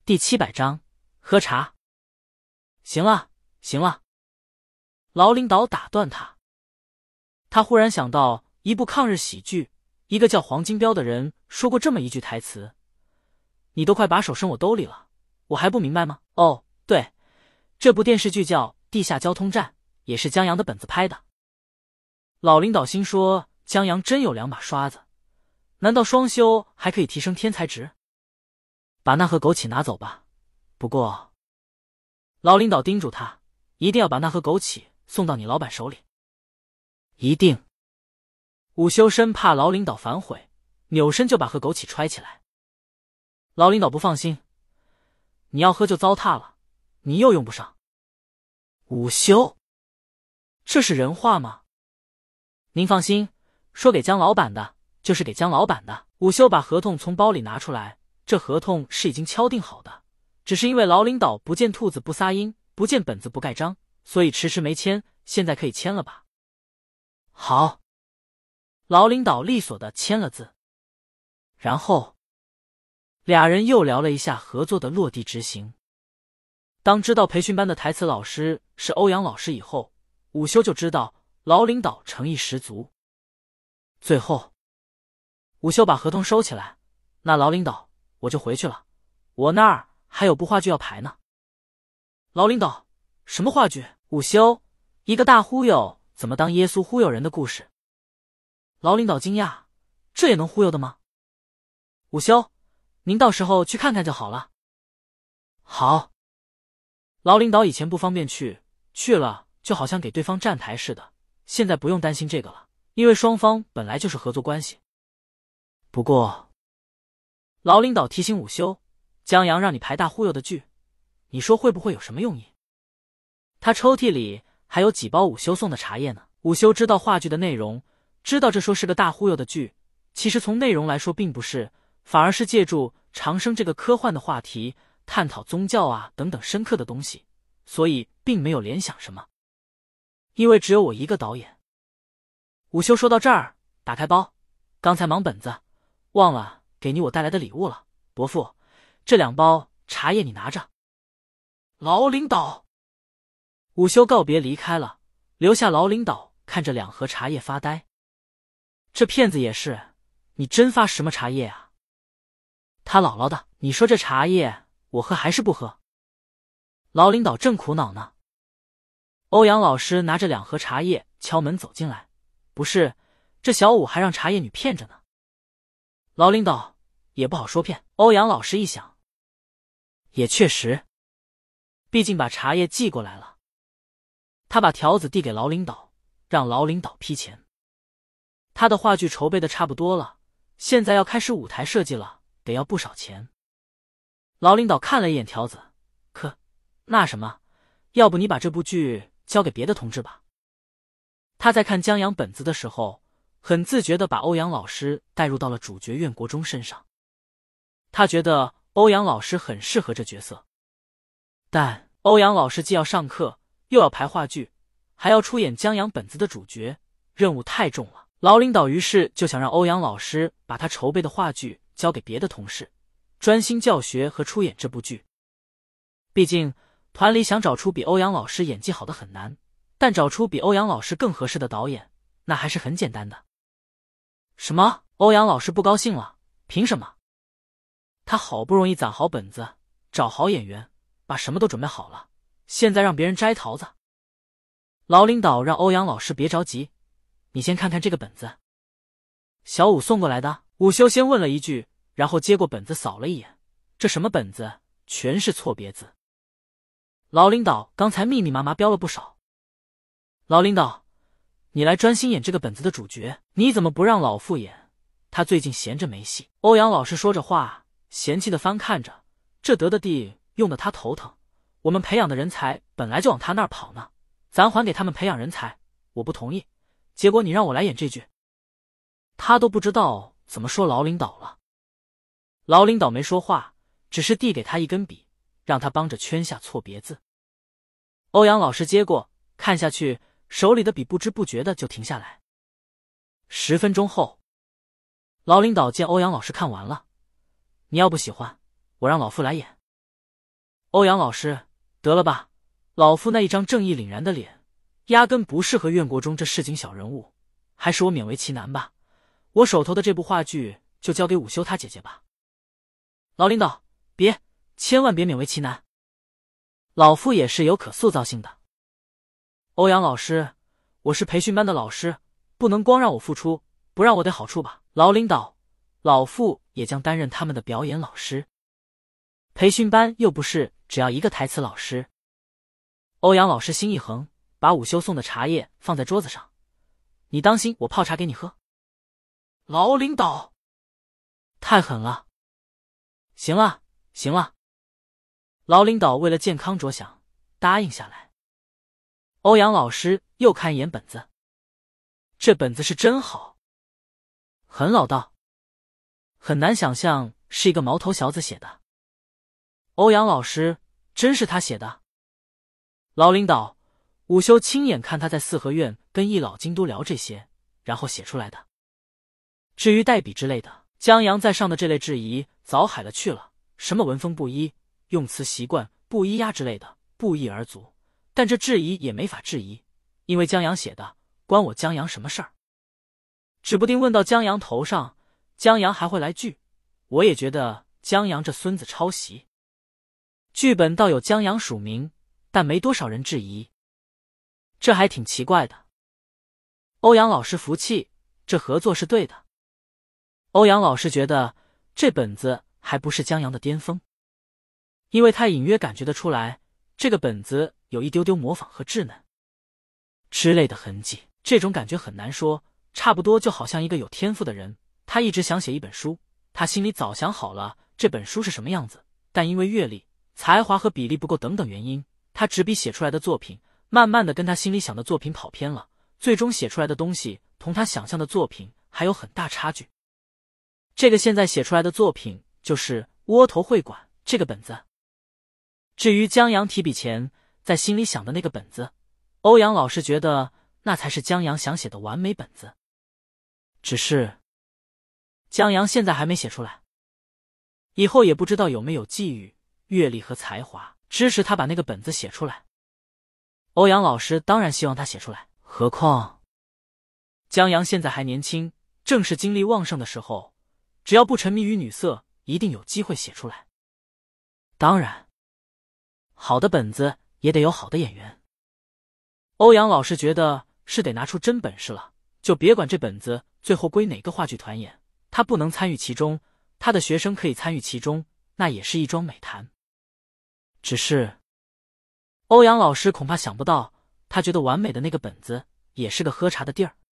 第700章喝茶。行了，行了。劳领导打断他。他忽然想到一部抗日喜剧，一个叫黄金彪的人说过这么一句台词：你都快把手伸我兜里了，我还不明白吗？哦，对，这部电视剧叫《地下交通站》，也是江阳的本子拍的。老领导心说，江阳真有2把刷子，难道双修还可以提升天才值？把那盒枸杞拿走吧。不过，老领导叮嘱他，一定要把那盒枸杞送到你老板手里。一定。午休生怕老领导反悔，扭身就把盒枸杞揣起来。老领导不放心，你要喝就糟蹋了，你又用不上。午休，这是人话吗？您放心，说给江老板的，就是给江老板的。午休把合同从包里拿出来，这合同是已经敲定好的，只是因为老领导不见兔子不撒鹰，不见本子不盖章，所以迟迟没签，现在可以签了吧？好。老领导利索地签了字。然后俩人又聊了一下合作的落地执行。当知道培训班的台词老师是欧阳老师以后，午休就知道老领导诚意十足。最后午休把合同收起来，那老领导我就回去了，我那儿还有部话剧要排呢。老领导，什么话剧？午休，一个大忽悠怎么当耶稣忽悠人的故事。老领导惊讶，这也能忽悠的吗？午休，您到时候去看看就好了。好。老领导以前不方便去了就好像给对方站台似的，现在不用担心这个了，因为双方本来就是合作关系。不过老领导提醒午休，江阳让你排大忽悠的剧，你说会不会有什么用意？他抽屉里还有几包午休送的茶叶呢。午休知道话剧的内容，知道这说是个大忽悠的剧，其实从内容来说并不是，反而是借助长生这个科幻的话题探讨宗教啊等等深刻的东西，所以并没有联想什么。因为只有我一个导演。午休说到这儿，打开包，刚才忙本子，忘了给你我带来的礼物了，伯父，这2包茶叶你拿着。老领导。午休告别离开了，留下老领导看着2盒茶叶发呆。这骗子也是，你真发什么茶叶啊？他姥姥的，你说这茶叶我喝还是不喝？老领导正苦恼呢。欧阳老师拿着2盒茶叶敲门走进来，不是，这小五还让茶叶女骗着呢。老领导也不好说骗。欧阳老师一想，也确实，毕竟把茶叶寄过来了。他把条子递给老领导，让老领导批钱。他的话剧筹备的差不多了，现在要开始舞台设计了，得要不少钱。老领导看了一眼条子，那什么，要不你把这部剧交给别的同志吧。他在看江阳本子的时候，很自觉地把欧阳老师带入到了主角苑国忠身上。他觉得欧阳老师很适合这角色，但欧阳老师既要上课，又要排话剧，还要出演江阳本子的主角，任务太重了。老领导于是就想让欧阳老师把他筹备的话剧交给别的同事，专心教学和出演这部剧。毕竟团里想找出比欧阳老师演技好的很难，但找出比欧阳老师更合适的导演，那还是很简单的。什么？欧阳老师不高兴了？凭什么？他好不容易攒好本子，找好演员，把什么都准备好了，现在让别人摘桃子。老领导让欧阳老师别着急，你先看看这个本子。小五送过来的。午休先问了一句，然后接过本子扫了一眼，这什么本子？全是错别字。老领导刚才密密麻麻标了不少。老领导，你来专心演这个本子的主角，你怎么不让老傅演？他最近闲着没戏。欧阳老师说着话，嫌弃的翻看着，这得的地用得他头疼。我们培养的人才本来就往他那儿跑呢，咱还给他们培养人才，我不同意。结果你让我来演这句，他都不知道怎么说老领导了。老领导没说话，只是递给他一根笔，让他帮着圈下错别字。欧阳老师接过，看下去，手里的笔不知不觉的就停下来。10分钟后，老领导见欧阳老师看完了，你要不喜欢，我让老傅来演。 欧阳老师，得了吧，老夫那一张正义凛然的脸，压根不适合院国中这市井小人物，还是我勉为其难吧。我手头的这部话剧就交给午休他姐姐吧。老领导，别，千万别勉为其难，老夫也是有可塑造性的。欧阳老师，我是培训班的老师，不能光让我付出，不让我得好处吧。老领导，老夫也将担任他们的表演老师。培训班又不是只要一个台词老师。欧阳老师心一横，把午休送的茶叶放在桌子上。你当心我泡茶给你喝。老领导，太狠了。行了，行了。老领导为了健康着想，答应下来。欧阳老师又看一眼本子，这本子是真好，很老道，很难想象是一个毛头小子写的。欧阳老师，真是他写的？老领导，午休亲眼看他在四合院跟一老京都聊这些，然后写出来的。至于代笔之类的，江阳在上的这类质疑早海了去了，什么文风不一、用词习惯不一呀之类的，不一而足。但这质疑也没法质疑，因为江阳写的，关我江阳什么事儿？指不定问到江阳头上，江阳还会来句，我也觉得江阳这孙子抄袭。剧本倒有江阳署名，但没多少人质疑，这还挺奇怪的。欧阳老师服气，这合作是对的。欧阳老师觉得这本子还不是江阳的巅峰，因为他隐约感觉得出来，这个本子有一丢丢模仿和稚嫩之类的痕迹。这种感觉很难说，差不多就好像一个有天赋的人，他一直想写一本书，他心里早想好了这本书是什么样子，但因为阅历、才华和比例不够等等原因，他执笔写出来的作品慢慢的跟他心里想的作品跑偏了，最终写出来的东西同他想象的作品还有很大差距。这个现在写出来的作品就是窝头会馆这个本子。至于江阳提笔前在心里想的那个本子，欧阳老师觉得那才是江阳想写的完美本子，只是江阳现在还没写出来，以后也不知道有没有际遇、阅历和才华支持他把那个本子写出来。欧阳老师当然希望他写出来，何况江阳现在还年轻，正是精力旺盛的时候，只要不沉迷于女色，一定有机会写出来。当然，好的本子也得有好的演员。欧阳老师觉得是得拿出真本事了，就别管这本子最后归哪个话剧团演，他不能参与其中，他的学生可以参与其中，那也是一桩美谈。只是欧阳老师恐怕想不到，他觉得完美的那个本子也是个喝茶的地儿。